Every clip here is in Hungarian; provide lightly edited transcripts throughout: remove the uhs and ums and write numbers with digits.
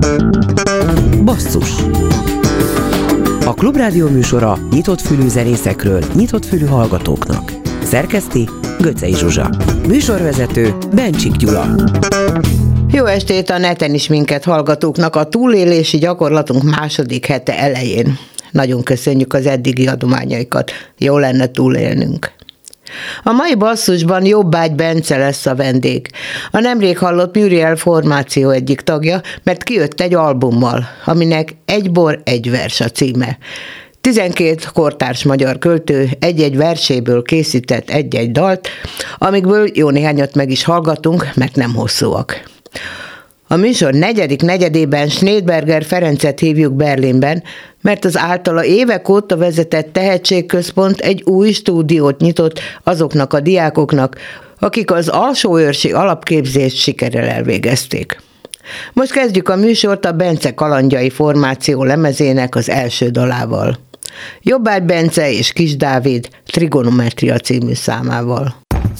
Basszus. A Klubrádió műsora nyitott fülű zenészekről, nyitott fülű hallgatóknak. Szerkeszti Göcsei Zsuzsa. Műsorvezető Bencsik Gyula. Jó estét a neten is minket hallgatóknak a túlélési gyakorlatunk második hete elején. Nagyon köszönjük az eddigi adományaikat. Jó lenne túlélnünk. A mai basszusban Jobbágy Bence lesz a vendég. A nemrég hallott Muriel formáció egyik tagja, mert kijött egy albummal, aminek Egy bor, egy vers a címe. 12 kortárs magyar költő egy-egy verséből készített egy-egy dalt, amikből jó néhányat meg is hallgatunk, mert nem hosszúak. A műsor negyedik negyedében Schneidberger Ferencet hívjuk Berlinben, mert az általa évek óta vezetett tehetségközpont egy új stúdiót nyitott azoknak a diákoknak, akik az alsóőrsi alapképzést sikerrel elvégezték. Most kezdjük a műsort a Bence kalandjai formáció lemezének az első dalával. Jobbágy Bence és Kis Dávid Trigonometria című számával.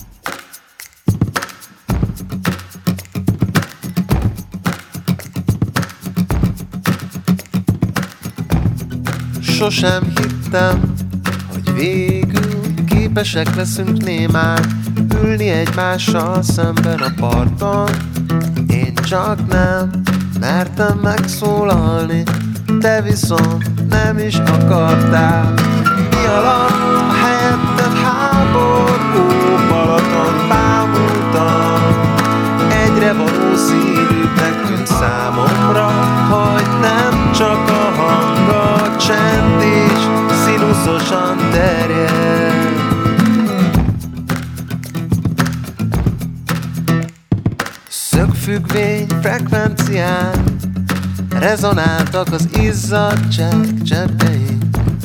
Sosem hittem, hogy végül képesek leszünk némán ülni egymással szemben a parton. Én csak nem mertem megszólalni, te viszont nem is akartál. Mi alatt a helyetted háború Balaton bámultam. Egyre valószínűbbnek tűnt számomra, hogy nem csak a hang, a csend is színuszosan terjed. Szögfüggvény frekvencián rezonáltak az izzadság cseppjeink,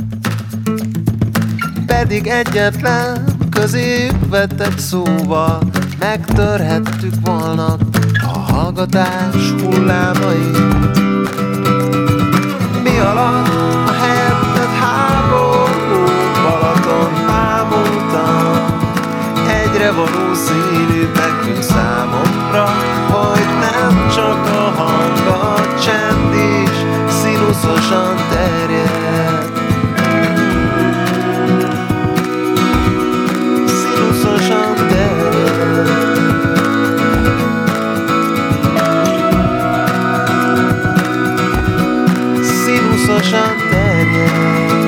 pedig egyetlen közéjük vetett szóval megtörhettük volna a hallgatás hullámait. Mi alatt a helyetted háború Balaton bámultam. Egyre valószínűbbnek tűnt számomra, hogy nem csak a hang, a csend is színuszosan terjed. Színuszosan terjed. Színuszosan terjed.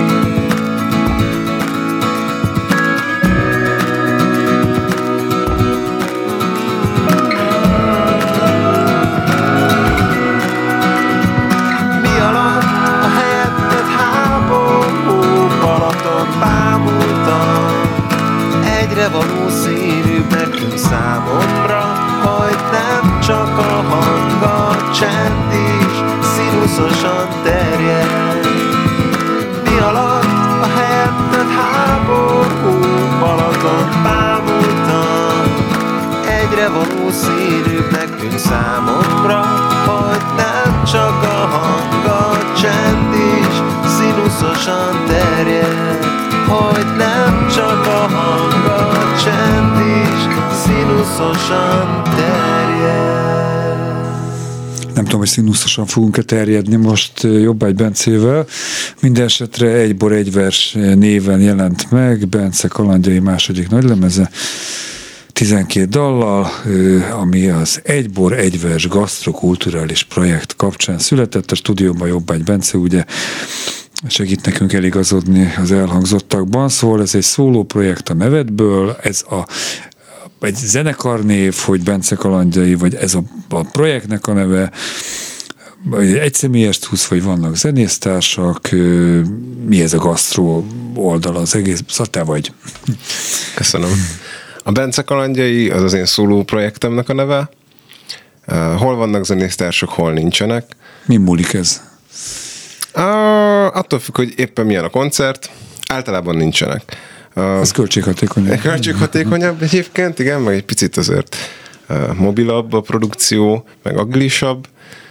Egyre valószínűbbnek tűnt számomra, hogy nem csak a hang, a csend is színuszosan terjed. Mi alatt a helyetted háború Balaton bámultam. Egyre valószínűbbnek tűnt számomra, hogy nem csak a hang, a csend is színuszosan terjed. Hogy nem csak a hang, a csend is színuszosan terjed. Nem tudom, hogy színuszosan fogunk-e terjedni most Jobbágy Bencével. Mindenesetre Egy bor, egy vers néven jelent meg Bence kalandjai második nagylemeze. 12 dallal, ami az Egy bor, egy vers gasztrokulturális projekt kapcsán született. A stúdióban Jobbágy Bence ugye segít nekünk eligazodni az elhangzottakban, szóval ez egy szóló projekt a nevedből, ez egy zenekarnév, hogy Bence kalandjai, vagy ez a projektnek a neve, egy személyes túsz, vagy vannak zenésztársak, mi ez a gasztró oldala az egész, szóval te vagy. Köszönöm. A Bence kalandjai az én szóló projektemnek a neve. Hol vannak zenésztársak, hol nincsenek. Mi múlik ez? Attól függ, hogy éppen milyen a koncert. Általában nincsenek. Ez költséghatékonyabb. Költséghatékonyabb egyébként, igen, meg egy picit azért mobilabb a produkció, meg agilisabb.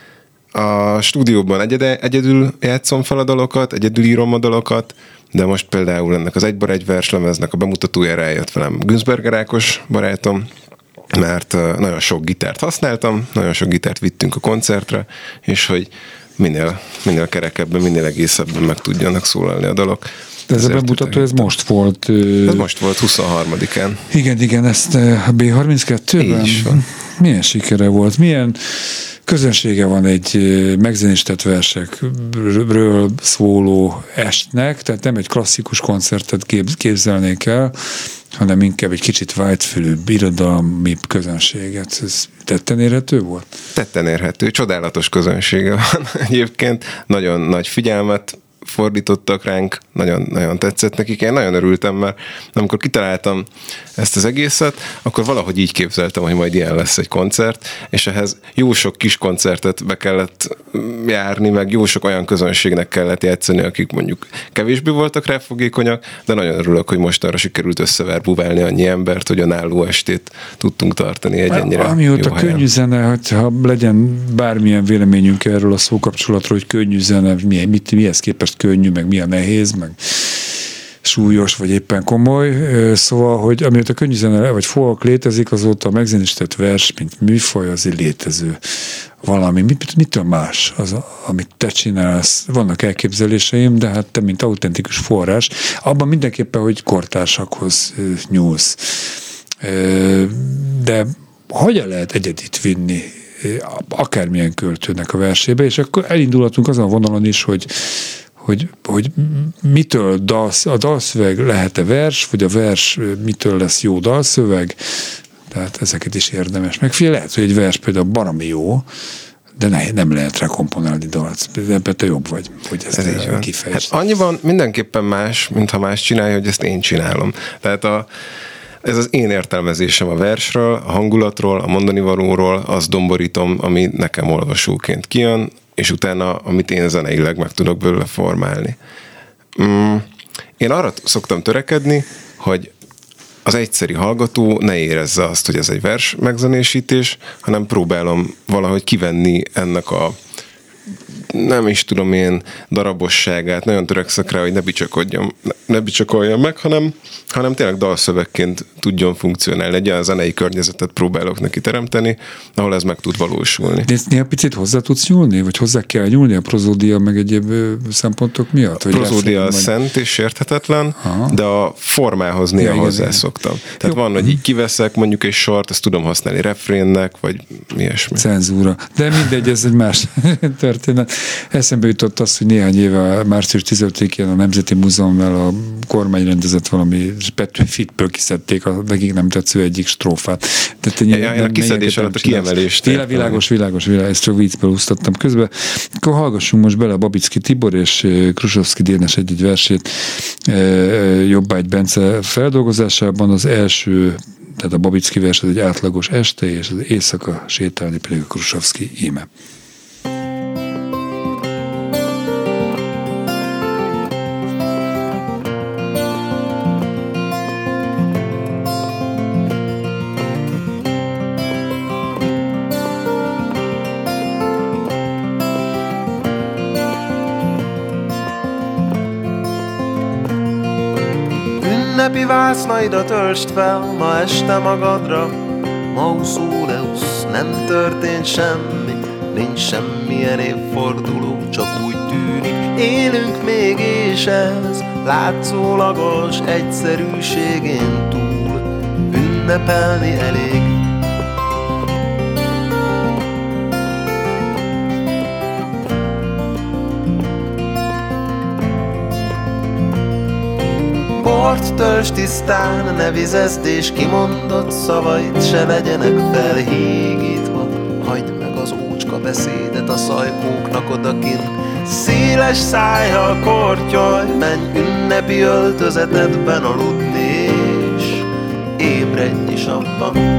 A stúdióban egyedül játszom fel a dalokat, egyedül írom a dalokat, de most például ennek az Egy bor, egy vers lemeznek a bemutatójára eljött velem Günzberger Ákos barátom, mert nagyon sok gitárt használtam, nagyon sok gitárt vittünk a koncertre, és hogy minél kerekebben, minél egészebben meg tudjanak szólalni a dalok. De ez a bemutató, ez most volt. Ez most volt 23-án. Igen, ezt a B32-ben? Így van. Milyen sikere volt? Milyen közönsége van egy megzenésített versekről szóló estnek, tehát nem egy klasszikus koncertet képzelnék el, hanem inkább egy kicsit vágyfülőbb, irodalmibb közönséget. Ez tetten érhető volt? Tetten érhető, csodálatos közönsége van egyébként, nagyon nagy figyelmet fordítottak ránk, nagyon tetszett nekik. Én nagyon örültem, mert amikor kitaláltam ezt az egészet, akkor valahogy így képzeltem, hogy majd ilyen lesz egy koncert, és ehhez jó sok kis koncertet be kellett járni, meg jó sok olyan közönségnek kellett játszani, akik mondjuk kevésbé voltak rá fogékonyak, de nagyon örülök, hogy mostanra sikerült összeverbuválni annyi embert, hogy önálló estét tudtunk tartani egy ennyire amióta jó helyen. Könnyű zene, hogyha legyen bármilyen véleményünk erről a szókapcsolatról, hogy könnyű zene, mihez képest könnyű, meg mi a nehéz, meg súlyos, vagy éppen komoly. Szóval, hogy amióta könnyű zene vagy folk létezik, azóta a megzenésített vers, mint műfaj, azért létező valami. Mitől más az, amit te csinálsz? Vannak elképzeléseim, de hát te, mint autentikus forrás, abban mindenképpen, hogy kortársakhoz nyúlsz. De hogyan lehet egyedit vinni akármilyen költőnek a versébe, és akkor elindulhatunk azon a vonalon is, hogy mitől a dalszöveg lehet-e vers, vagy a vers mitől lesz jó dalszöveg, tehát ezeket is érdemes. Meg lehet, hogy egy vers például baromi jó, de nem lehet rá komponálni dalt. Ebben te jobb vagy, hogy ezt kifejtsd. Hát annyiban mindenképpen más, mintha más csinálja, hogy ezt én csinálom. Tehát ez az én értelmezésem a versről, a hangulatról, a mondani valóról, azt domborítom, ami nekem olvasóként kijön, és utána, amit én zeneileg meg tudok belőle formálni. Én arra szoktam törekedni, hogy az egyszeri hallgató ne érezze azt, hogy ez egy vers megzenésítés, hanem próbálom valahogy kivenni ennek a nem is tudom én darabosságát, nagyon törekszek rá, hogy ne bicsakoljam meg, hanem tényleg dalszövegként tudjon funkcionálni. Egy olyan zenei környezetet próbálok neki teremteni, ahol ez meg tud valósulni. De ezt néha picit hozzá tudsz nyúlni? Vagy hozzá kell nyúlni a prozódia meg egyéb szempontok miatt? A prozódia szent és sérthetetlen, de a formához néha hozzászoktam. Tehát van, hogy így kiveszek mondjuk egy sort, ezt tudom használni refrénnek, vagy ilyesmi. Cenzúra. De mindegy, ez egy más történet. Eszembe jutott az, hogy néhány éve március 15-én a Nemzeti Múzeumnál a kormány rendezett valami Petőfitből kiszedték a nekik nem tetsző egyik strófát. A kiszedés alatt a kiemelést. Világos, ezt csak viccből úsztattam közben. Akkor hallgassunk most bele Babicki Tibor és Krusovszky Dénes egy versét Jobbágy Bence feldolgozásában. Az első, tehát a Babicki vers az egy átlagos este, és az éjszaka sétálni pedig a Krusovszky íme. Ünnepi vásznaidat öltsd fel ma este magadra, Mauszóleusz, nem történt semmi, nincs semmilyen évforduló, csak úgy tűnik, élünk még, és ez látszólagos egyszerűségén túl ünnepelni elég. Bort tölts tisztán, ne vizezd, és kimondott szavait se legyenek felhígítva. Hagyd meg az ócska beszédet a szajkóknak odakint. Széles szájjal kortyolj, menj ünnepi öltözetedben aludni, és ébredj is abban.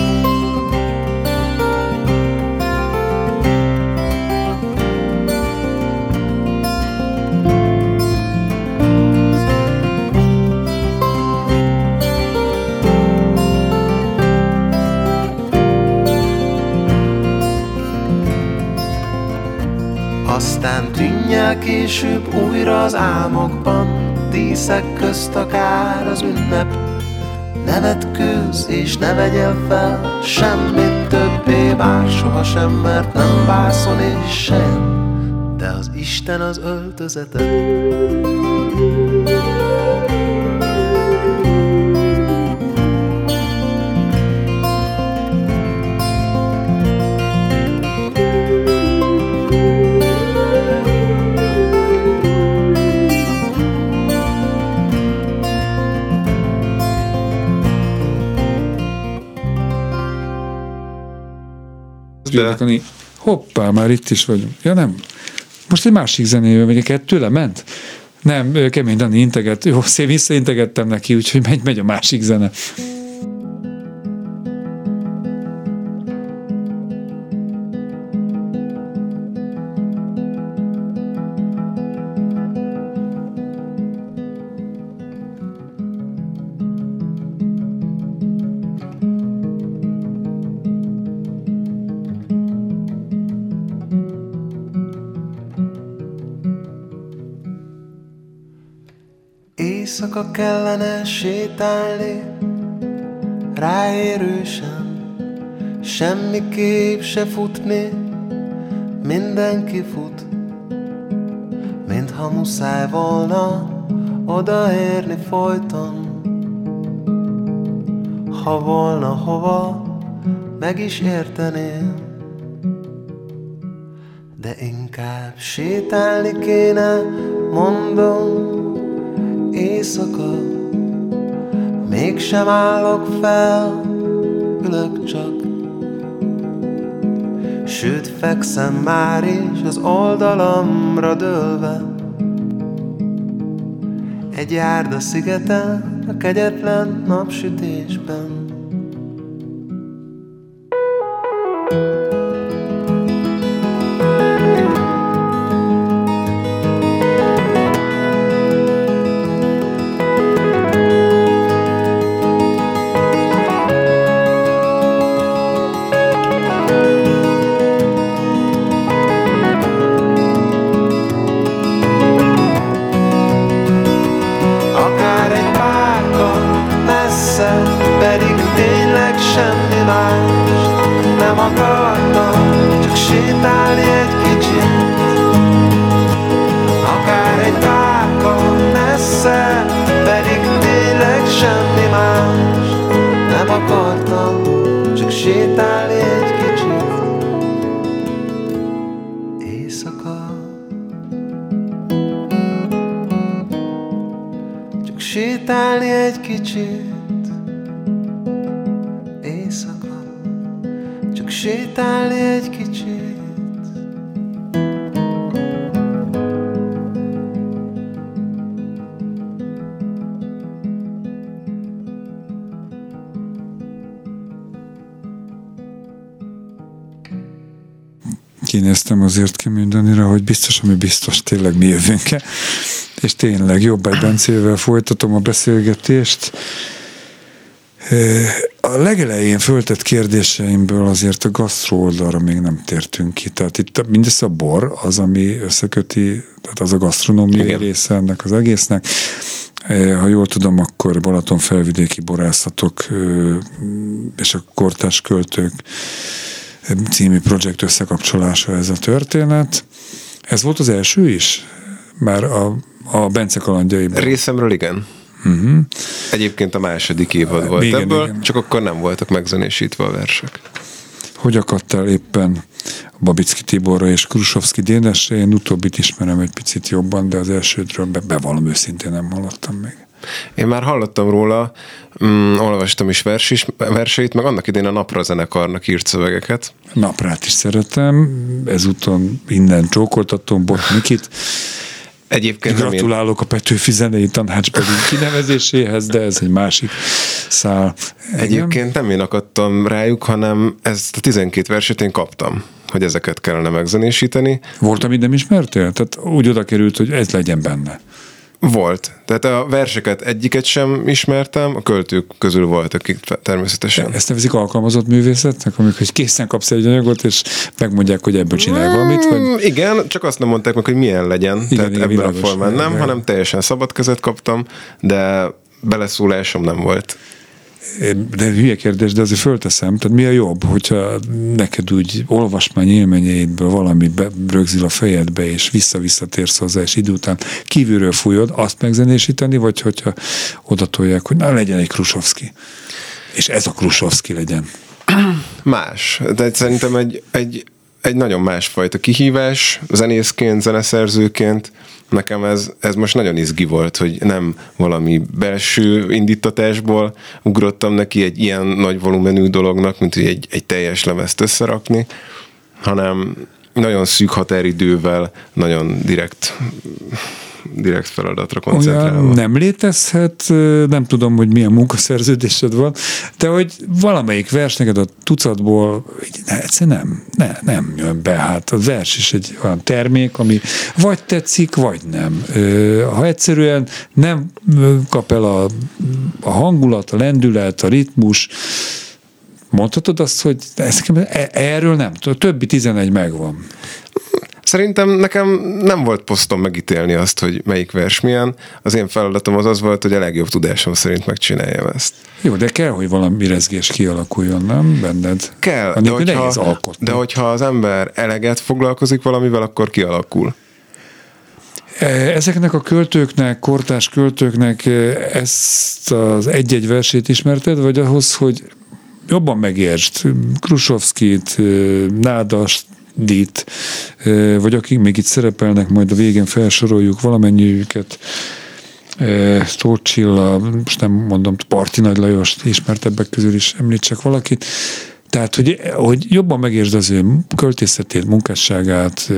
Aztán tűnjel később újra az álmokban, díszek közt akár az ünnep. Ne vetkőzz és ne vegyél fel semmit többé már sohasem, mert nem vászon és sem, de az Isten az öltözeted. Hoppá, már itt is vagyunk. Ja nem, most egy másik zenével megyek, tőle ment? Nem, Kemény Dani integet, jó, szép visszaintegettem neki, úgyhogy megy a másik zene. Éjszaka kellene sétálni, ráérősen, semmiképp se futni, mindenki fut, mintha muszáj volna odaérni folyton. Ha volna hova, meg is érteném, de inkább sétálni kéne, mondom, éjszaka, mégsem állok fel, ülök csak. Sőt, fekszem már is az oldalamra dőlve, egy járda szigeten, a kegyetlen napsütésben. Sétálni egy kicsit, éjszaka, csak sétálni egy kicsit. Kinéztem azért Kemény Danira, hogy biztos, ami biztos, tényleg mi jövünk-e. És tényleg Jobbágy Bencével folytatom a beszélgetést. A legelején föltett kérdéseimből azért a gasztró oldalra még nem tértünk ki. Tehát itt mindössze a bor az, ami összeköti, tehát az a gasztronómiai része ennek az egésznek. Ha jól tudom, akkor Balaton felvidéki borászatok és a kortárs költők című projekt összekapcsolása ez a történet. Ez volt az első is? Már a Bence kalandjaiban. Részemről igen. Uh-huh. Egyébként a második évad volt igen, ebből, igen. Csak akkor nem voltak megzenésítve a versek. Hogy akadtál éppen Babicki Tiborra és Krusovszki Dénesre? Én utóbbit ismerem egy picit jobban, de az elsődről bevallom őszintén nem hallottam még. Én már hallottam róla, olvastam is verseit, meg annak idén a Napra zenekarnak írt szövegeket. Naprát is szeretem, ezúton innen csókoltatom Bot Mikit. Egyébként gratulálok a Petőfi Zenei Tanácsbeli kinevezéséhez, de ez egy másik szál. Egyébként nem én akadtam rájuk, hanem ezt a 12 verset én kaptam, hogy ezeket kellene megzenésíteni. Volt, amit nem ismertél? Tehát úgy oda került, hogy ez legyen benne. Volt. Tehát a verseket egyiket sem ismertem, a költők közül voltak természetesen. Ezt nevezik alkalmazott művészetnek, amikor készen kapsz egy anyagot, és megmondják, hogy ebből csinálj valamit? Vagy... Igen, csak azt nem mondták meg, hogy milyen legyen. Igen, tehát ebben a formán nem, hanem teljesen szabad kezet kaptam, de beleszólásom nem volt. De hülye kérdés, de azért fölteszem, tehát mi a jobb, hogyha neked úgy olvasmány élményeidből valami rögzül a fejedbe, és visszatérsz hozzá, és idő után kívülről fújod, azt megzenésíteni, vagy hogyha oda tolják, hogy na, legyen egy Krusovszki. És ez a Krusovszki legyen. Más. De szerintem egy nagyon másfajta kihívás, zenészként, zeneszerzőként. Nekem ez most nagyon izgi volt, hogy nem valami belső indítatásból ugrottam neki egy ilyen nagy volumenű dolognak, mint hogy egy teljes lemezt összerakni, hanem nagyon szűk határidővel, nagyon direkt feladatra koncentrálva. Olyan nem létezhet, nem tudom, hogy milyen munkaszerződésed van, de hogy valamelyik vers neked a tucatból egyszerűen nem jön be. Hát a vers is egy olyan termék, ami vagy tetszik, vagy nem. Ha egyszerűen nem kap el a hangulat, a lendület, a ritmus, mondhatod azt, hogy erről nem tudom, többi 11 megvan. Szerintem nekem nem volt posztom megítélni azt, hogy melyik vers milyen. Az én feladatom az volt, hogy a legjobb tudásom szerint megcsináljam ezt. Jó, de kell, hogy valami rezgés kialakuljon, nem benned? Kell, de hogyha az ember eleget foglalkozik valamivel, akkor kialakul. Ezeknek a költőknek, kortárs költőknek ezt az egy-egy versét ismerted, vagy ahhoz, hogy jobban megértsd Krusovszkit, Nádast, vagy akik még itt szerepelnek, majd a végén felsoroljuk valamennyiüket, Tóth Csilla, most nem mondom, Parti Nagy Lajost, ismertebbek közül is említsek valakit. Tehát, hogy jobban megértsd az ő költészetét, munkásságát,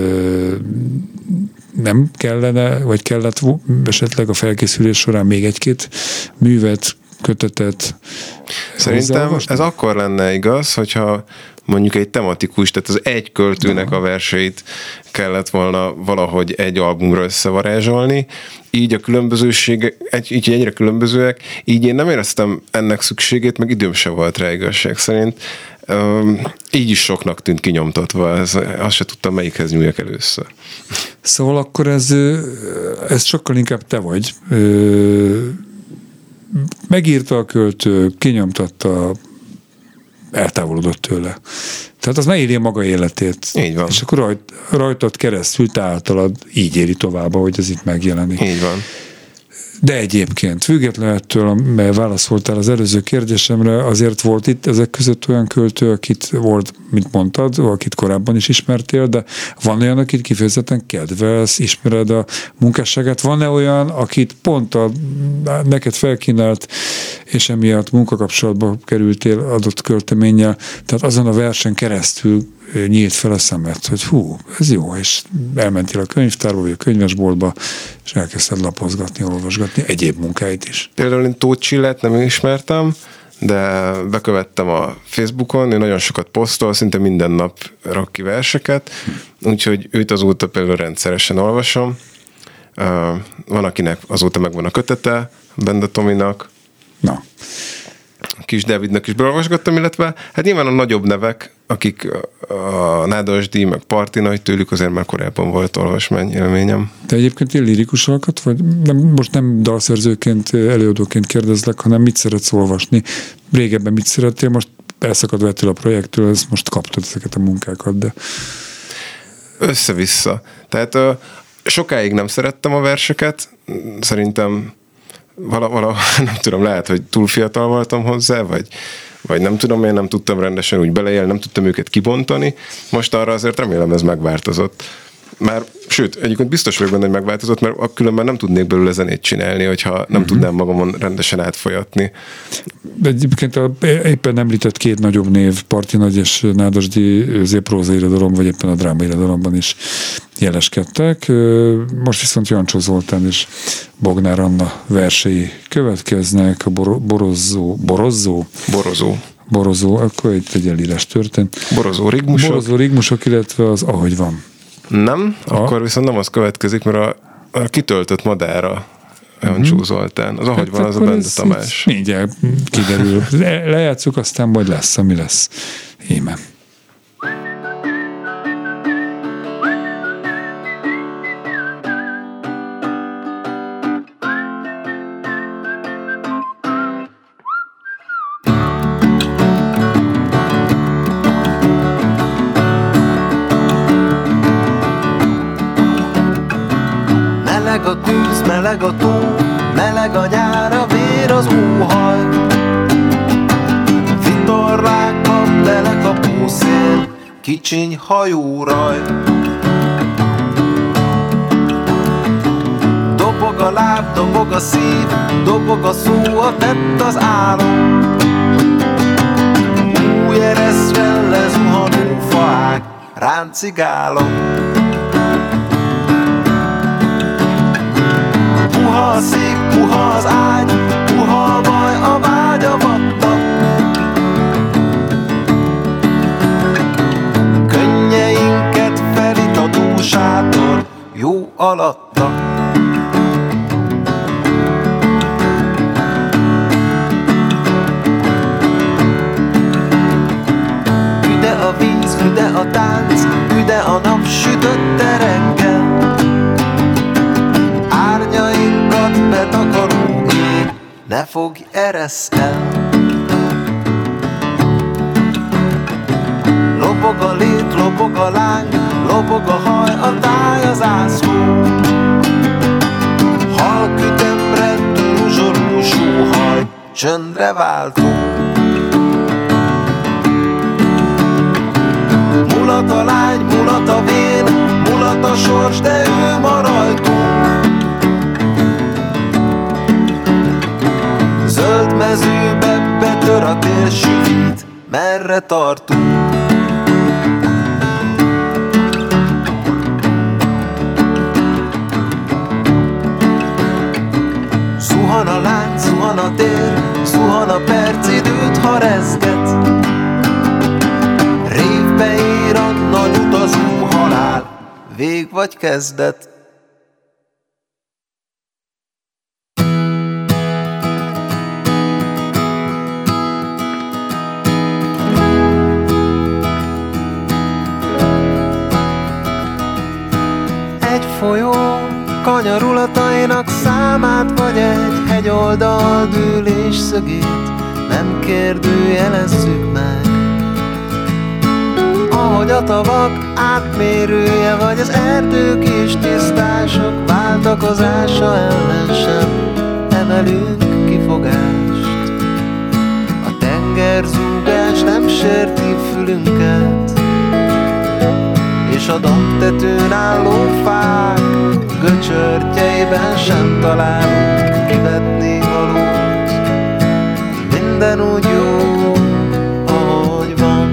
nem kellene, vagy kellett esetleg a felkészülés során még egy-két művet, kötetet Szerintem ez akkor lenne igaz, hogyha mondjuk egy tematikus, tehát az egy költőnek a verseit kellett volna valahogy egy albumra összevarázsolni, így a különbözőségek, így egyre különbözőek, így én nem éreztem ennek szükségét, meg időm se volt rá igazság szerint. Így is soknak tűnt kinyomtatva, azt se tudtam, melyikhez nyúljak először. Szóval akkor ez sokkal inkább te vagy. Megírta a költő, kinyomtatta, eltávolodott tőle. Tehát az ne élje maga életét. Így van. És akkor rajtad keresztül, te általad így éli tovább, hogy ez itt megjelenik. Így van. De egyébként, függetlenül ettől, mert válaszoltál az előző kérdésemre, azért volt itt ezek között olyan költő, akit volt, mint mondtad, akit korábban is ismertél, de van olyan, akit kifejezetten kedvelsz, ismered a munkásságát, van-e olyan, akit pont neked felkínált, és emiatt munkakapcsolatba kerültél adott költeménnyel, tehát azon a versen keresztül nyílt fel a szemed, hogy hú, ez jó, és elmentél a könyvtárba, vagy a könyvesboltba, és elkezdted lapozgatni, olvasgatni egyéb munkáit is. Például én Tóth Csillát nem ismertem, de bekövettem a Facebookon, ő nagyon sokat posztol, szinte minden nap rak ki verseket, úgyhogy őt azóta például rendszeresen olvasom. Van, akinek azóta megvan a kötete, Benda Tominak. Na. Kis Dávidnak is beolvasgattam, illetve hát nyilván a nagyobb nevek, akik a Nádasdi, meg Parti Nagy, tőlük azért már korábban volt olvasmány élményem. Te egyébként ilyen lirikusokat, vagy most nem dalszerzőként, előadóként kérdezlek, hanem mit szeretsz olvasni? Régebben mit szerettél, most elszakadva ettől a projektől, ezt most kaptad ezeket a munkákat, de... Össze-vissza. Tehát sokáig nem szerettem a verseket, szerintem valahogy nem tudom, lehet, hogy túl fiatal voltam hozzá, vagy nem tudom, én nem tudtam rendesen úgy beleélni, nem tudtam őket kibontani. Most arra azért remélem ez megváltozott. Sőt, egyébként biztos vagyok benne, hogy megváltozott, mert különben nem tudnék belőle zenét csinálni, hogyha nem tudnám magamon rendesen átfolyatni. De egyébként éppen említett két nagyobb név, Parti Nagy és Nádasdi prózairodalom, vagy éppen a drámairodalomban is jeleskedtek. Most viszont Jancsó Zoltán és Bognár Anna versei következnek, a Borozó, akkor itt egy elírás történt. Borozó rigmusok, illetve az Ahogy van. Nem, akkor viszont nem az következik, mert a kitöltött madára Jancsó Zoltán. Az Ahogy van, az a Benda Tamás. Mindjárt kiderül. Lejátszuk, aztán majd lesz, ami lesz. Íme. Meleg a tűz, meleg a tó, meleg a nyár, a vér az óhaj. Vitorlákkal belekapó szél, kicsiny hajóraj. Dobog a láb, dobog a szív, dobog a szó, a tett az álom. Új ereszre lezuhanó faák, ráncigálom. Puha a szék, puha az ágy, puha a baj, a vágy a vatta. Könnyeinket felítató sátor, jó alatta. Üde a víz, üde a tánc, üde a nap sütötte reggel. Árnyainkat betakaró ég, ne fogj eresz el. Lobog a lét, lobog a láng, lobog a haj, a táj, az ászló. Halkütembre túlzsoló sóhaj, csöndre váltó. Mulat a lány, mulat a vén, mulat a sors, de ő ma rajtunk. Zöld mezőbe betör a tél, süvít, merre tartunk. Zuhan a lány, zuhan a tér, zuhan a perc, időt ha rezget. Révbe ér a nagy utazó halál, vég vagy kezdet. Egy folyó kanyarulatainak számát, vagy egy hegyoldal dőlés szögét nem kérdőjelezzük meg. Ahogy a tavak átmérője, vagy az erdők és tisztások váltakozása ellen sem emelünk kifogást. A tengerzúgás nem sérti fülünket, és a dombtetőn álló fák göcsörtjeiben sem találunk kivetni valót. Minden úgy jó, ahogy van.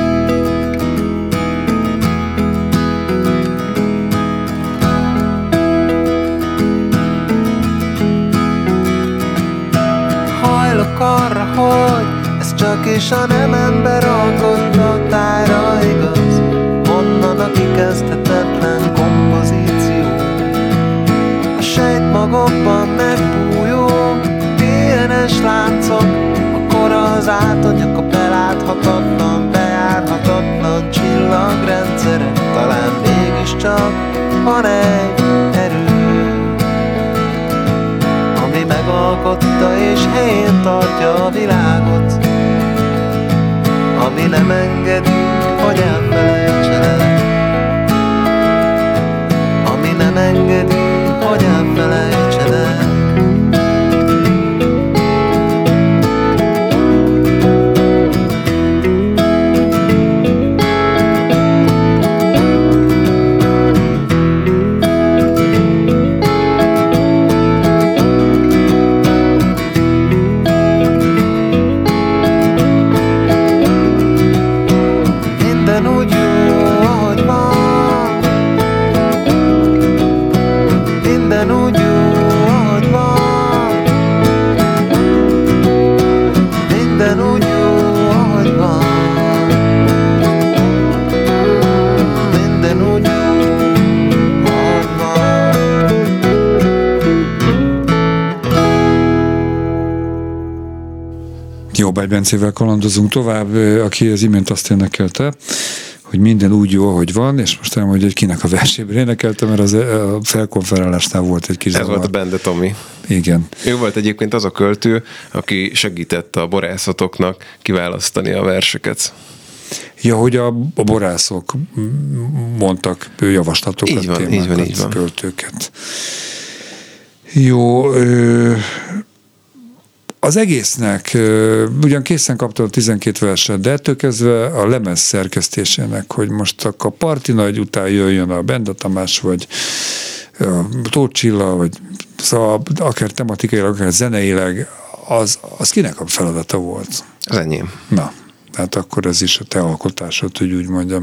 Hajlok arra, hogy ez csak és a nem ember alkotta tájra igaz. Honnan a kikezdhetetlen kompozíció, a sejtmagokban megbújó DNS láncok, a kora, az átanyag, a beláthatatlan, bejárhatatlan csillagrendszerek. Talán mégiscsak van egy erő, ami megalkotta és helyén tartja a világot, ami nem engedi, hogy elfelejtsenek, ami nem engedi, hogy elfelejtsenek. Jobbágy Bencével kalandozunk tovább, aki az imént azt énekelte, hogy minden úgy jó, ahogy van, és most elmondja, hogy kinek a verséből énekelte, mert az a felkonferálásnál volt egy kis Ez volt a Bende Tomi. Igen. Ő volt egyébként az a költő, aki segítette a borászatoknak kiválasztani a verseket. Ja, hogy a borászok mondtak javaslatokat, így van, témákat, költőket. Jó, az egésznek ugyan készen kaptam a 12 verset, de ettől kezdve a lemez szerkesztésének, hogy most a Parti Nagy után jöjjön a Benda Tamás, vagy a Tóth Csilla, vagy szóval akár tematikailag, akár zeneileg, az kinek a feladata volt? Az enyém. Na, hát akkor ez is a te alkotásod, hogy úgy mondjam.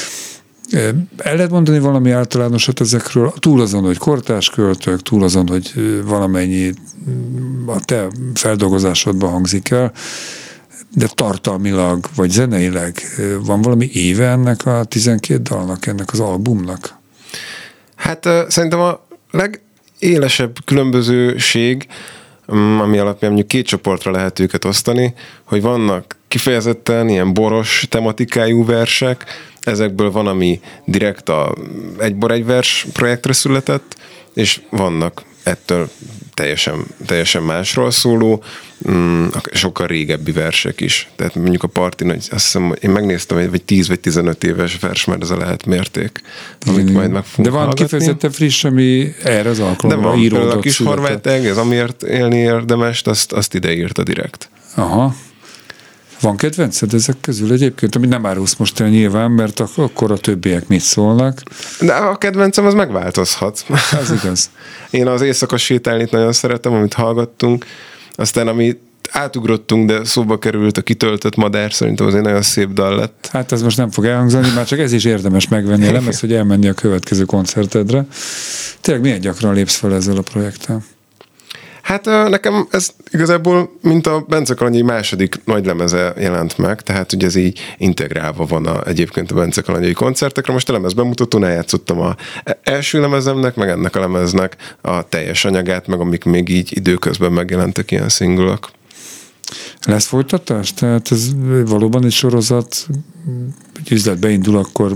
El lehet mondani valami általánosat ezekről, túl azon, hogy kortárs költők, túl azon, hogy valamennyi a te feldolgozásodban hangzik el, de tartalmilag, vagy zeneileg van valami éve ennek a 12 dalnak, ennek az albumnak? Hát szerintem a legélesebb különbözőség, ami alapján mondjuk 2 csoportra lehet őket osztani, hogy vannak kifejezetten ilyen boros tematikájú versek, ezekből van, ami direkt a Egy bor, egy vers projektre született, és vannak ettől teljesen másról szóló, sokkal régebbi versek is. Tehát mondjuk a Parti Nagy, azt hiszem, én megnéztem, vagy 10 vagy 15 éves vers, mert ez a lehet mérték, amit majd meg fogunk De van hallgatni. kifejezetten friss, ami erre az alkalomra íródott. De van, a a kis horvát eg, ez amiért élni érdemes, azt ide írta direkt. Aha. Van kedvenced ezek közül egyébként, amit nem árulsz most el nyilván, mert akkor a többiek mit szólnak? De a kedvencem az megváltozhat. Ez igaz. Én az Éjszaka sétálnit nagyon szeretem, amit hallgattunk. Aztán, amit átugrottunk, de szóba került a Kitöltött madár, szerintem az egy nagyon szép dal lett. Hát ez most nem fog elhangzani, már csak ez is érdemes megvenni a lemez, hogy elmenni a következő koncertedre. Tényleg milyen gyakran lépsz fel ezzel a projekttel? Hát nekem ez igazából, mint a Bence Kalandjai második nagy lemeze jelent meg, tehát ugye ez így integrálva van egyébként a Bence Kalandjai koncertekre. Most a lemez bemutatón eljátszottam az első lemezemnek, meg ennek a lemeznek a teljes anyagát, meg amik még így időközben megjelentek ilyen szingulok. Lesz folytatás? Tehát ez valóban egy sorozat, hogy üzletbe indul, akkor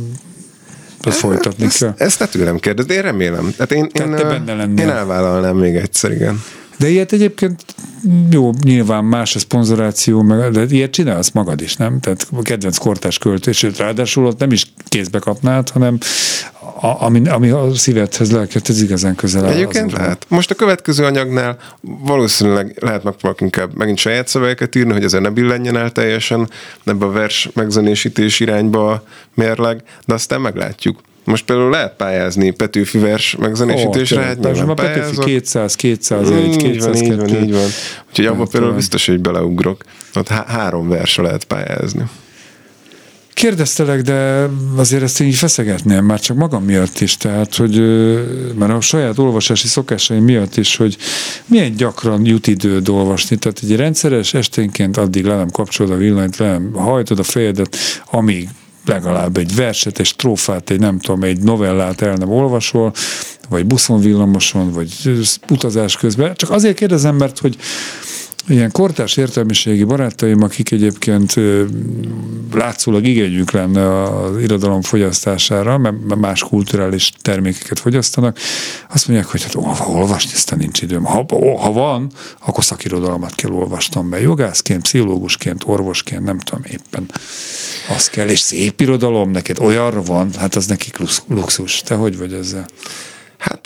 azt folytatni kell? Ezt ne tőlem kérdez, de én remélem. Hát én elvállalnám még egyszer, igen. De ilyet egyébként jó, nyilván más a szponzoráció, de ilyet csinálsz magad is, nem? Tehát a kedvenc kortárs költő, és ráadásul ott nem is kézbe kapnád, hanem ami a szívedhez, lelkedhez igazán közel áll. Egyébként lehet. Most a következő anyagnál valószínűleg lehet megpróbálok inkább megint saját szövegeket írni, hogy ezzel ne billenjen el teljesen ebbe a vers megzenésítés irányba mérleg, de aztán meglátjuk. Most például lehet pályázni Petőfi vers megzenésítésre, hát nyilván a Petőfi 200, 201, 202. Így van. Úgyhogy abban például biztos, hogy beleugrok. Ott 3 versre lehet pályázni. Kérdeztelek, de azért ezt én így feszegetném, már csak magam miatt is, tehát, hogy már a saját olvasási szokásaim miatt is, hogy milyen gyakran jut időd olvasni, tehát egy rendszeres esténként addig le nem kapcsolod a villanyt, le nem hajtod a fejedet, amíg legalább egy verset, egy strófát, egy nem tudom, egy novellát el nem olvasol, vagy buszon, villamoson, vagy utazás közben. Csak azért kérdezem, mert hogy ilyen kortárs értelmiségi barátaim, akik egyébként látszólag igényük lenne az irodalom fogyasztására, mert más kulturális termékeket fogyasztanak, azt mondják, hogy hát olvasni aztán nincs időm. Ha van, akkor szakirodalmat kell olvasnom, mert jogászként, pszichológusként, orvosként, nem tudom éppen az kell, és szép irodalom, neked olyanra van, hát az nekik luxus. Te hogy vagy ezzel? Hát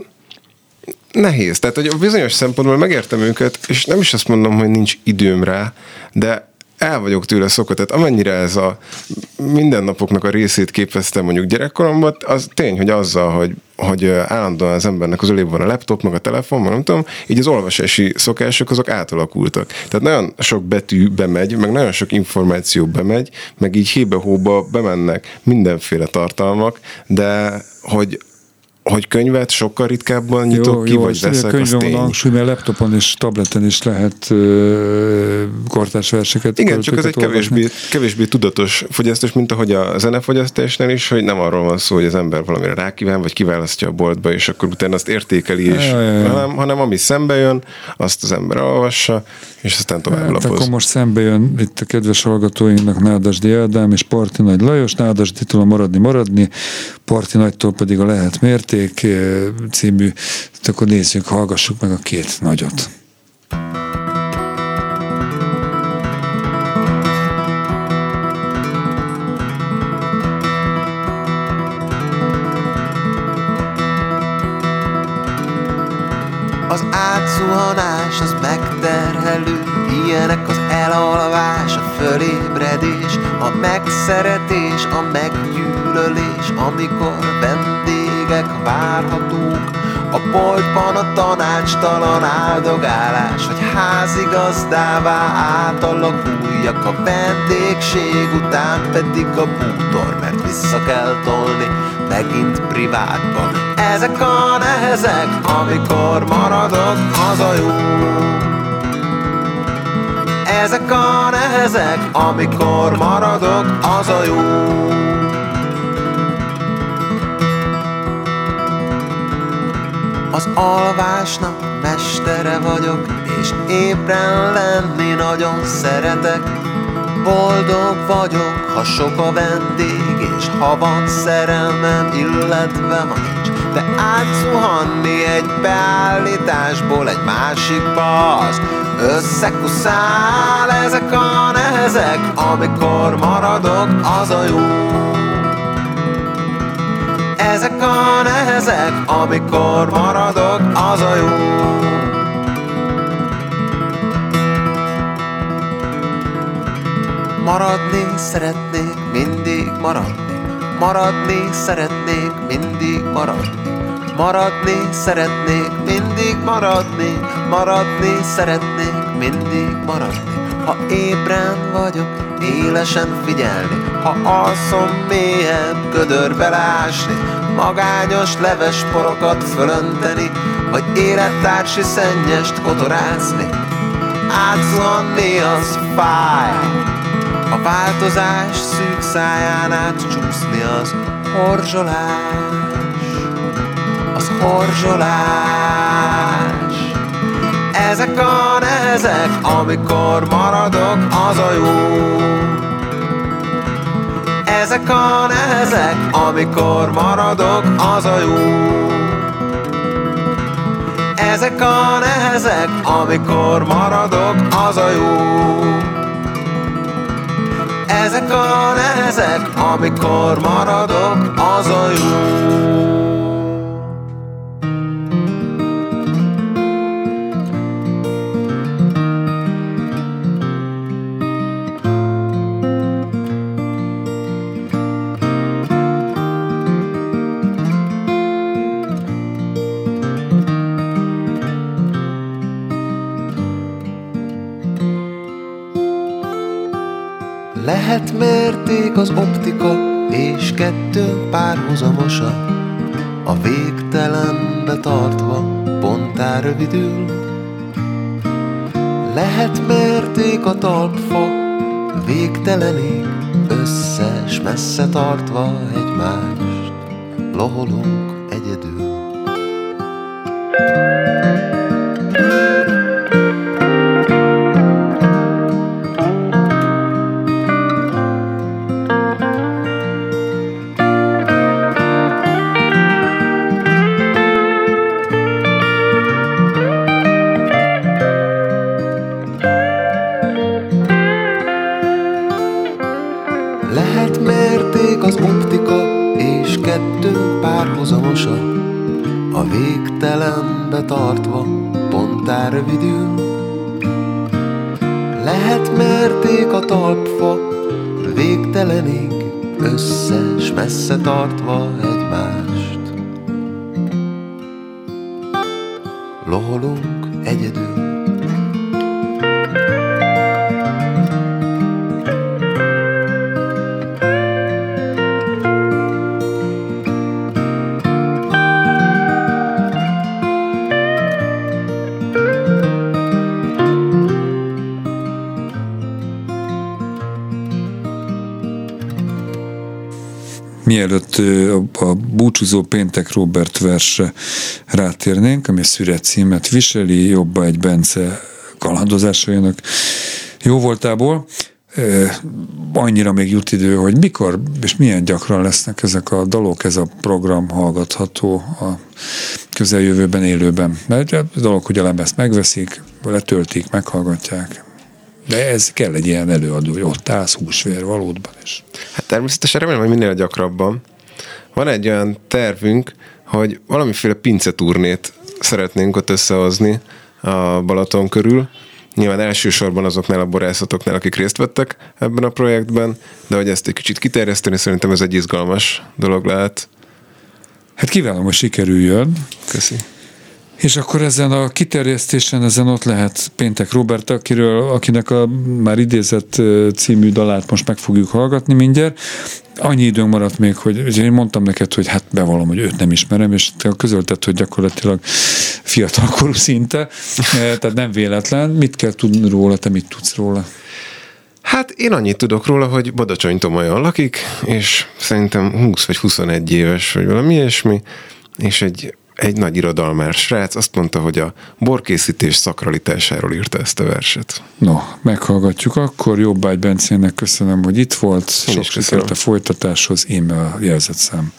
nehéz. Tehát, hogy bizonyos szempontból megértem őket, és nem is azt mondom, hogy nincs időm rá, de el vagyok tőle szokva. Tehát amennyire ez a mindennapoknak a részét képezte mondjuk gyerekkoromban, az tény, hogy azzal, hogy állandóan az embernek az ölében van a laptop, meg a telefon, nem tudom, így az olvasási szokások azok átalakultak. Tehát nagyon sok betű bemegy, meg nagyon sok információ bemegy, meg így hébe-hóba bemennek mindenféle tartalmak, de hogy könyvet sokkal ritkábban nyitok ki, vagy veszek, az tény. Van hangsúly, mert laptopon és tableten is lehet kortárs verseket. Igen, csak ez egy kevésbé tudatos fogyasztás, mint ahogy a zenefogyasztásnál is, hogy nem arról van szó, hogy az ember valamire rákíván, vagy kiválasztja a boltba, és akkor utána azt értékeli, és hanem ami szembe jön, azt az ember olvassa, és aztán tovább lapoz. Akkor most szembe jön itt a kedves hallgatóinknak Nádasdy Ádám és Parti Nagy Lajos, Nádasdytól a Maradni, Parti Nagytól pedig a Lehet mérték című, akkor nézzük, hallgassuk meg a 2 nagyot. Az átzuhanás, az megterhelő, ilyenek az elalvás, a fölébredés, a megszeretés, a meggyűlölés, amikor vendégek várhatók, a boltban a tanácstalan áldogálás, hogy házigazdává átalakuljak, a vendégség után pedig a bútor, mert vissza kell tolni megint privátba. Ezek a nehezek, amikor maradok, az a jó. Ezek a nehezek, amikor maradok, az a jó. Az alvásnak mestere vagyok, és ébren lenni nagyon szeretek. Boldog vagyok, ha sok a vendég, és ha van szerelmem, illetve ha nincs. De átzuhanni egy beállításból egy másikba, az összekuszál. Ezek a nehezek, amikor maradok, az a jó. Ezek a nehezek, amikor maradok, az a jó. Maradni szeretnék, mindig maradni. Maradni szeretnék, mindig maradni. Maradni szeretnék, mindig maradni. Maradni szeretnék, mindig maradni. Ha ébren vagyok, élesen figyelni. Ha alszom, mélyebb gödörbe lásni. Magányos levesporokat fölönteni, vagy élettársi szennyest kotorászni. Átzuhanni az fáj, a változás szűk száján átcsúszni az horzsolás. Az horzsolás. Ezek a nehezek, amikor maradok, az a jó. Ezek a nehezek, amikor maradok, az a jó. Ezek a nehezek, amikor maradok, az a jó. Ezek a nehezek, amikor maradok, az a jó. Lehet mérték az optika, és kettőnk párhuzamosan, a végtelenbe tartva, pontá rövidül. Lehet mérték a talpfa, végtelenig, összes messze tartva egymást, loholunk egyedül. Lehet mérték az optika, és kettőnk párhuzamosan, a végtelenbe tartva, pontá rövidül. Lehet mérték a talpfa, végtelenig, összes messze tartva egymást, loholunk egyedül. Mielőtt a búcsúzó péntek Róbert versre rátérnénk, ami a Szüret címet viseli, Jobba egy Bence kalandozásainak jó voltából, annyira még jut idő, hogy mikor és milyen gyakran lesznek ezek a dalok, ez a program hallgatható a közeljövőben, élőben. Mert a dolog, hogy a lemezt megveszik, letöltik, meghallgatják. De ez kell egy ilyen előadó, hogy ott állsz húsvér valódban is. Hát természetesen remélem, hogy minél gyakrabban. Van egy olyan tervünk, hogy valamiféle pinceturnét szeretnénk ott összehozni a Balaton körül. Nyilván elsősorban azoknál a borászatoknál, akik részt vettek ebben a projektben, de hogy ezt egy kicsit kiterjeszteni, szerintem ez egy izgalmas dolog lehet. Hát kívánom, hogy sikerüljön. Köszi. És akkor ezen a kiterjesztésen, ezen ott lehet Péntek Róbert, akinek a már idézett című dalát most meg fogjuk hallgatni mindjárt. Annyi időnk maradt még, hogy én mondtam neked, hogy hát bevallom, hogy őt nem ismerem, és te közölted, hogy gyakorlatilag fiatalkorú szinte, tehát nem véletlen. Mit kell tudni róla, te mit tudsz róla? Hát én annyit tudok róla, hogy Badacsony-Tomolyon lakik, és szerintem 20 vagy 21 éves, vagy valami ilyesmi, és egy nagy irodalmár srác azt mondta, hogy a borkészítés szakralitásáról írta ezt a verset. No, meghallgatjuk akkor. Jobbágy Bencének köszönöm, hogy itt volt. Sok sikert a folytatáshoz, íme a jelzett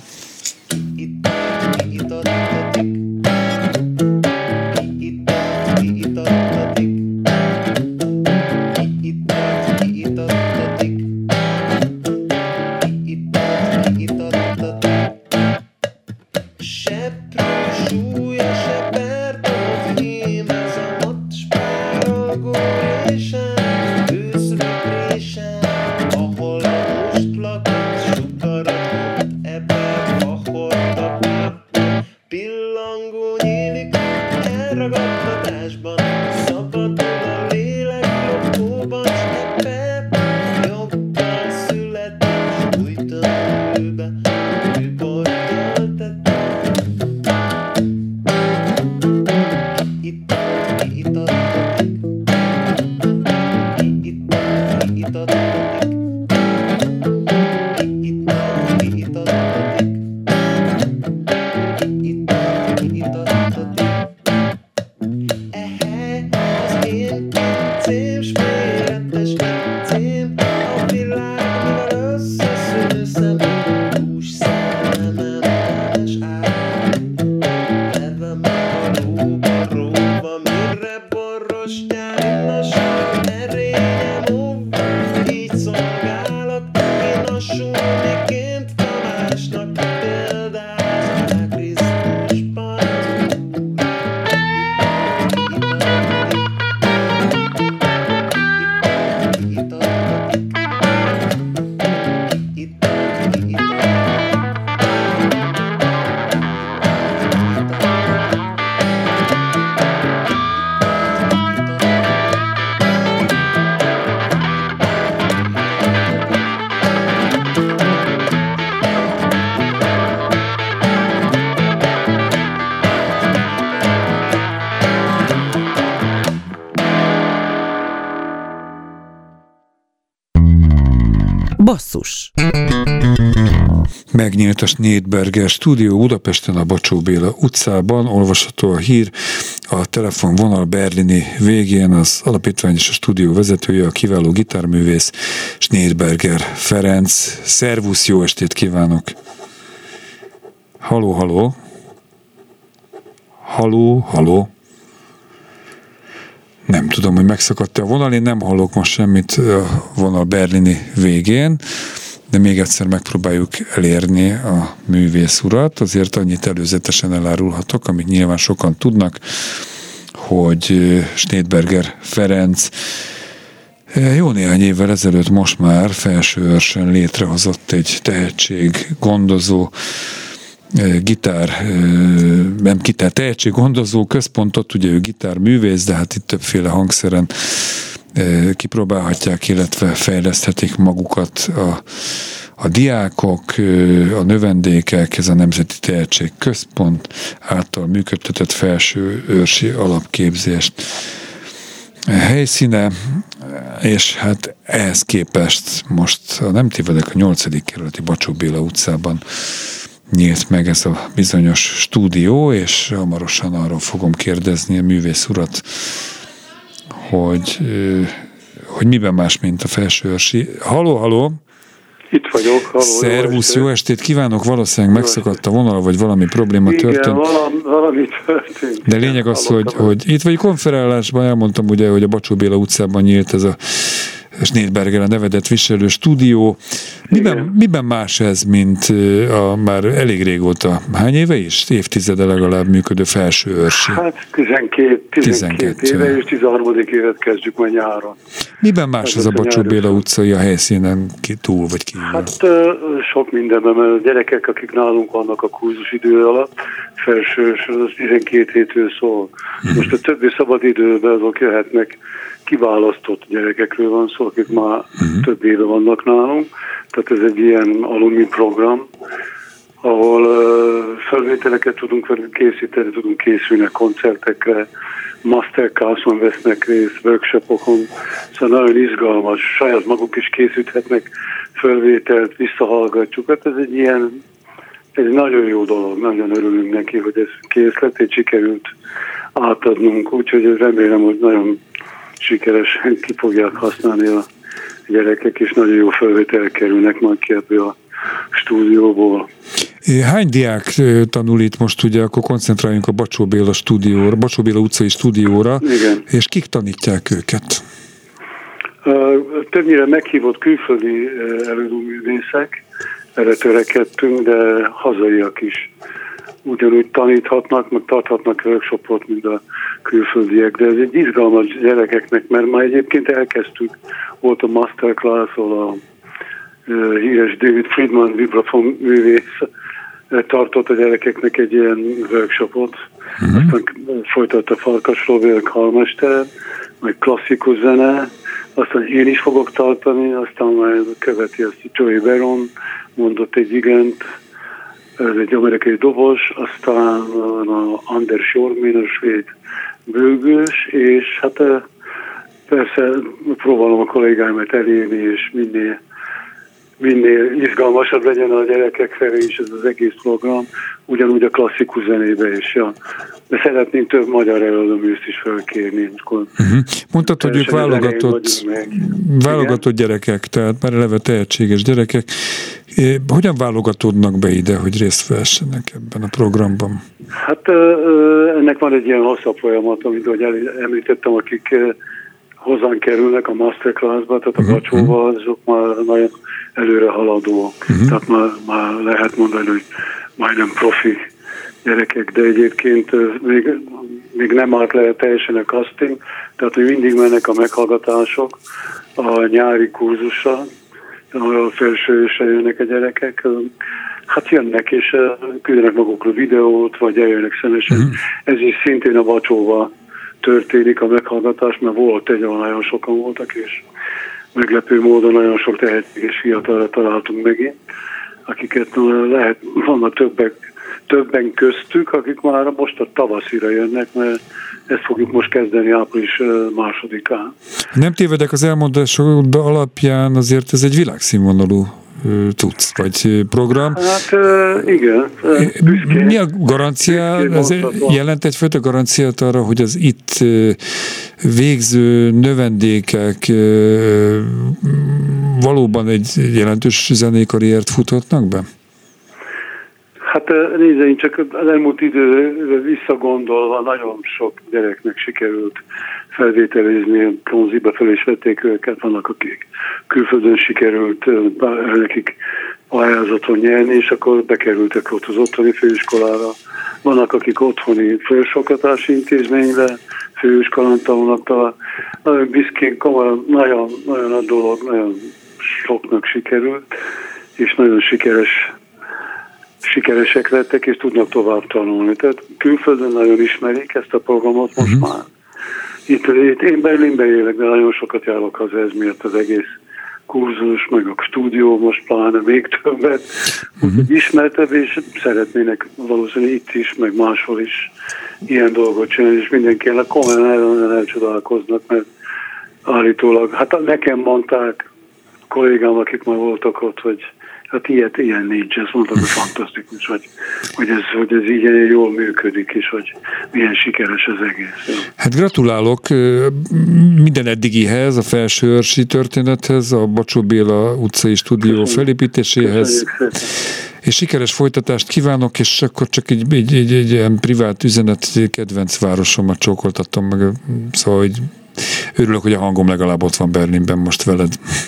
Basszus. Megnyílt a Schneidberger stúdió Budapesten a Bacsó Béla utcában, olvasható a hír, a telefonvonal berlini végén az alapítvány és a stúdió vezetője, a kiváló gitárművész Schneidberger Ferenc. Szervusz, jó estét kívánok! Halló, halló! Halló, halló! Nem tudom, hogy megszakadt-e a vonal, én nem hallok most semmit a vonal berlini végén, de még egyszer megpróbáljuk elérni a művész urat. Azért annyit előzetesen elárulhatok, amit nyilván sokan tudnak, hogy Schneidberger Ferenc jó néhány évvel ezelőtt most már Felsőörsön létrehozott egy tehetséggondozó tehetséggondozó központot, ugye ő gitárművész, de hát itt többféle hangszeren kipróbálhatják, illetve fejleszthetik magukat a diákok, a növendékek, ez a Nemzeti Tehetségközpont által működtetett felsőőrsi alapképzést helyszíne, és hát ehhez képest most, ha nem tévedek, a 8. kerületi Bacsó Béla utcában nyílt meg ez a bizonyos stúdió, és hamarosan arról fogom kérdezni a művész urat, hogy miben más, mint a felsőörsi. Halló, halló! Itt vagyok. Halló, szervusz, jó estét kívánok! Valószínűleg megszakadt a vonal, vagy valami probléma történt. Igen, valami történt. De lényeg az, hogy itt vagy konferálásban elmondtam, ugye, hogy a Bacsó Béla utcában nyílt ez a Snédberger a nevedet viselő stúdió. Miben más ez, mint a már elég régóta, hány éve is? Évtizede legalább működő Felső Őrsi? Hát 12 éve, és 13. évet kezdjük majd nyáron. Miben más ez a Bacsó Béla utcai a helyszínen túl vagy kívül? Hát sok mindenben, mert a gyerekek, akik nálunk vannak a kurzus idő alatt, felsős, az 12 hétről szól. Most a többi szabad időben azok jöhetnek, kiválasztott gyerekekről van szó, akik már több éve vannak nálunk. Tehát ez egy ilyen alumni program, ahol felvételeket tudunk velük készíteni, tudunk készülni koncertekre, masterclasson vesznek részt, workshopokon, szóval nagyon izgalmas, saját maguk is készíthetnek felvételt, visszahallgatjuk. Hát ez egy nagyon jó dolog, nagyon örülünk neki, hogy ez készletét sikerült átadnunk, úgyhogy remélem, hogy nagyon sikeresen ki fogják használni a gyerekek, és nagyon jó felvételek kerülnek majd ki ebből a stúdióból. Hány diák tanul itt most, ugye, akkor koncentráljunk a Bacsó Béla stúdióra, Bacsó Béla utcai stúdióra, igen. És kik tanítják őket? Többnyire meghívott külföldi előadóművészek, erre törekedtünk, de hazaiak is ugyanúgy taníthatnak, meg tarthatnak workshopot, mint a külföldiek, de ez egy izgalmas gyerekeknek, mert már egyébként elkezdtük, volt a masterclass, ahol a híres David Friedman vibrafon művész tartott a gyerekeknek egy ilyen workshopot, aztán folytatta Farkas Robert karmester, meg klasszikus zene, aztán én is fogok tartani, aztán majd követi azt Joey Baron, mondott egy igent, ez egy amerikai dobos, aztán a Anders Jormin, a svéd bőgős, és hát persze próbálom a kollégáimat elérni, és minél izgalmasabb legyen a gyerekek felé is ez az egész program, ugyanúgy a klasszikus zenébe is. Ja. De szeretnénk több magyar előadóművészt is felkérni. Mondtad, hogy ők válogatott gyerekek, tehát már eleve tehetséges gyerekek. Hogyan válogatódnak be ide, hogy részt vehessenek ebben a programban? Hát ennek van egy ilyen hosszabb folyamat, amit említettem, akik hozzánk kerülnek a masterclassba, tehát a Bacsóba, azok már nagyon előre haladóak. Tehát már lehet mondani, hogy majdnem profi gyerekek, de egyébként még nem állt le teljesen a casting, tehát hogy mindig mennek a meghallgatások a nyári kurzusra, a felsősre jönnek a gyerekek, hát jönnek és küldenek magukról videót, vagy eljönnek személyesen. Ez is szintén a Bacsóval történik a meghallgatás, mert volt ahol nagyon sokan voltak, és meglepő módon nagyon sok tehetséges fiatalra találtunk megint, akiket lehet, vannak többen köztük, akik már most a tavaszira jönnek, mert ezt fogjuk most kezdeni április 2-án. Nem tévedek az elmondásod alapján, azért ez egy világszínvonalú tudsz, vagy program. Hát igen. Mi a garancia? Ez jelent egyfajta garanciát arra, hogy az itt végző növendékek valóban egy jelentős zenei karriert futhatnak be? Hát nézd, én csak az elmúlt időre visszagondolva nagyon sok gyereknek sikerült felvételizni, Bronziba fel is vették őket, vannak akik külföldön sikerült nekik pályázaton nyerni, és akkor bekerültek ott az otthoni főiskolára. Vannak akik otthoni felsőoktatási intézménybe, főiskolán tanulnak, nagyon büszkén, nagyon a dolog, nagyon soknak sikerült, és nagyon sikeresek lettek, és tudnak tovább tanulni. Tehát külföldön nagyon ismerik ezt a programot most már. Itt én Berlinben élek, de nagyon sokat járok haza, ez miatt az egész kurzus, meg a stúdió most pláne még többet. Úgyhogy ismertebb, és szeretnének valószínűleg itt is, meg máshol is ilyen dolgot csinálni, és mindenkinek komolyan elcsodálkoznak, mert állítólag, hát nekem mondták kollégám, akik már voltak ott, hogy hát ilyen nincs, ezt mondtam, hogy fantasztikus, hogy ez így jól működik, és hogy milyen sikeres az egész. Hát gratulálok minden eddigihez, a Felsőörsi történethez, a Bacsó Béla utcai stúdió felépítéséhez. És sikeres folytatást kívánok, és akkor csak egy ilyen privát üzenet, kedvenc városomat csókoltattam meg, szóval, hogy Örülök, hogy a hangom legalább ott van Berlinben most veled.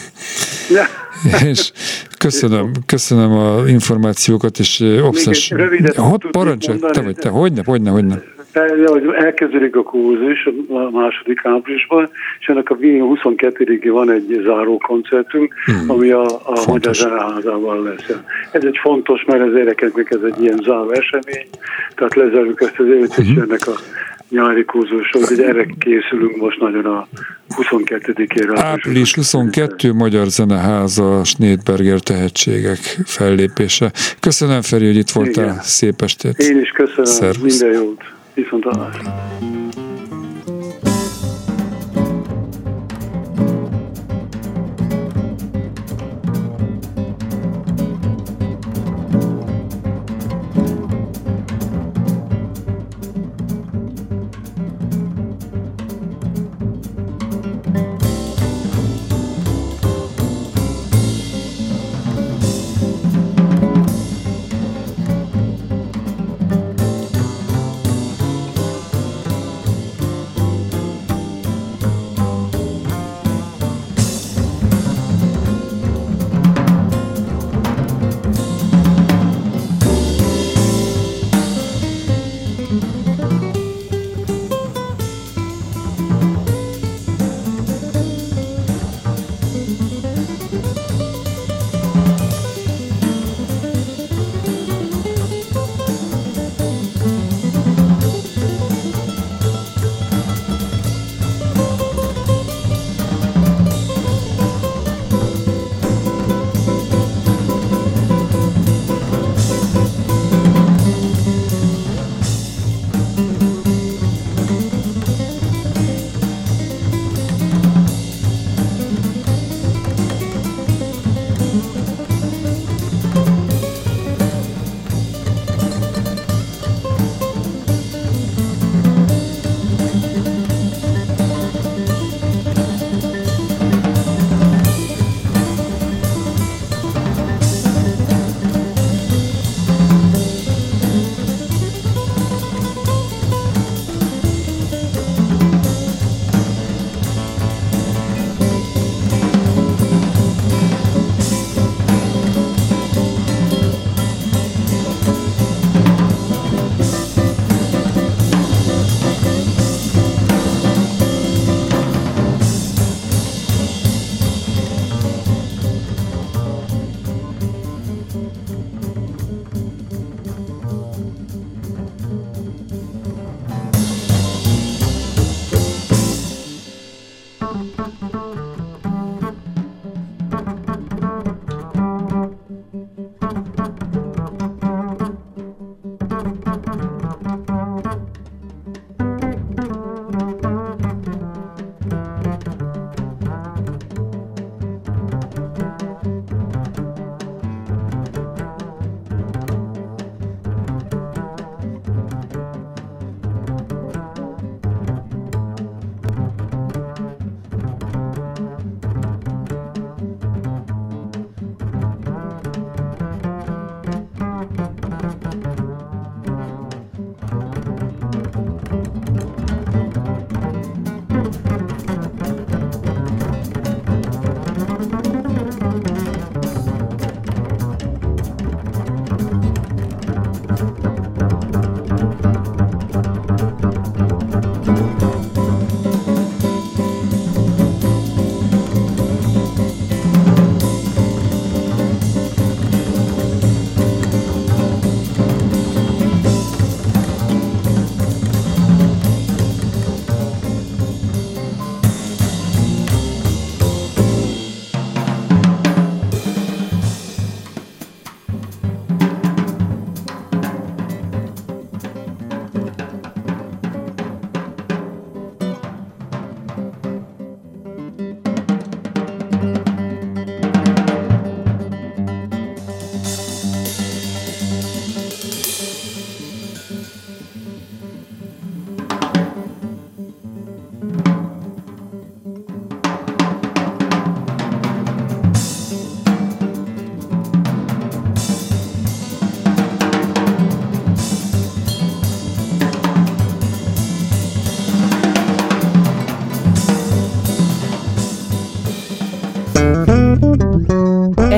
És köszönöm a információkat, és Obszes... Parancsolj, te vagy te, hogyne. Elkezdődik a kurzus a 2. áprilisban, és ennek a 22-én van egy záró koncertünk, ami a Magyar Zeneházával lesz. Ez egy fontos, mert az énekeknek ez egy ilyen záró esemény, tehát lezárjuk ezt az évet, és ennek a nyári kurzusról, hogy erre készülünk most nagyon a 22-ére. Április 22, Magyar Zeneháza, Snédberger tehetségek fellépése. Köszönöm, Feri, hogy itt voltál. Igen. Szép estét. Én is köszönöm. Szervusz. Minden jót. Viszontlátásra.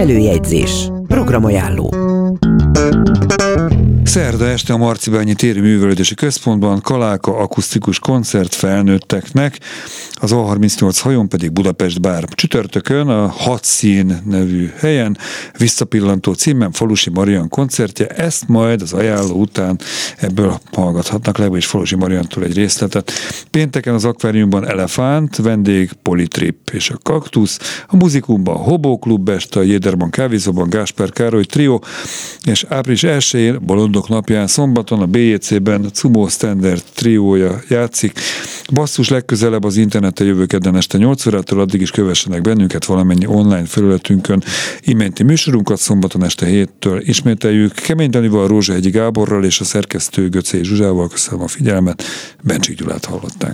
Előjegyzés. Programajánló. Szerda este a Marcibányi Téri Művelődési Központban Kalálka akusztikus koncert felnőtteknek, az A38 hajón pedig Budapest Bár. Csütörtökön a 6 szín nevű helyen Visszapillantó címen Falusi Marian koncertje, ezt majd az ajánló után ebből hallgathatnak, legalábbis Falusi Mariantól egy részletet. Pénteken az Akváriumban Elefánt, vendég Politrip és a Kaktusz, a Muzikumban Hobó Klub este, a Jéderban kávézóban Gáspár Károly Trio, és április 1-én Bolondok napján szombaton a BJC-ben Cumó Standard triója játszik. Basszus legközelebb az interneten jövő kedden este 8 órától, addig is kövessenek bennünket valamennyi online felületünkön. Iménti műsorunkat szombaton este 7-től ismételjük. Kemény Danival, Rózsahegyi Gáborral és a szerkesztő Göcei Zsuzsával. Köszönöm a figyelmet. Bencsik Gyulát hallották.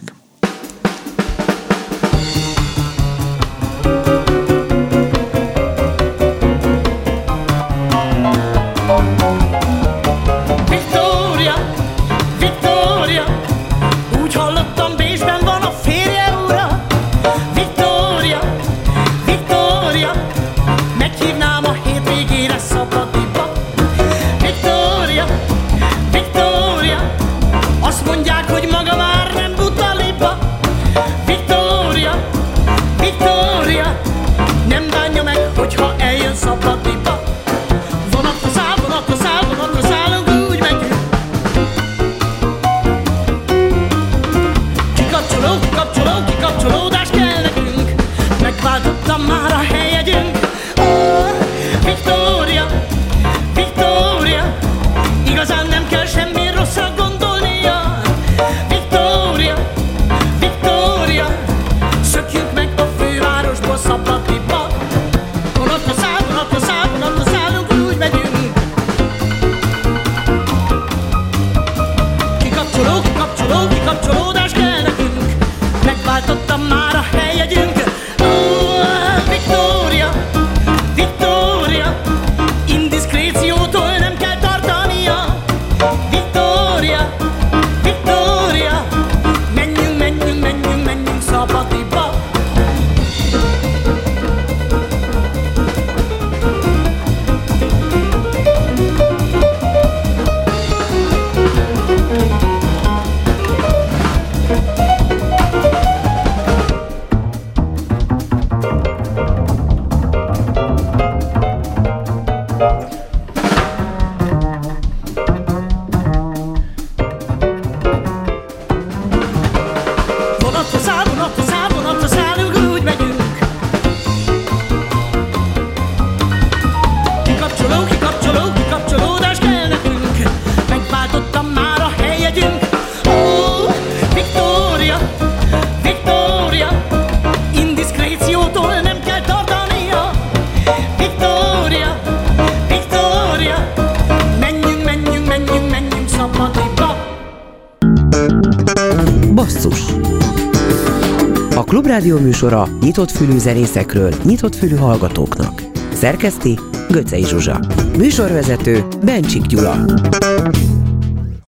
A Klubrádió műsora nyitott fülű zenészekről, nyitott fülű hallgatóknak. Szerkeszti Göcei Zsuzsa. Műsorvezető Bencsik Gyula.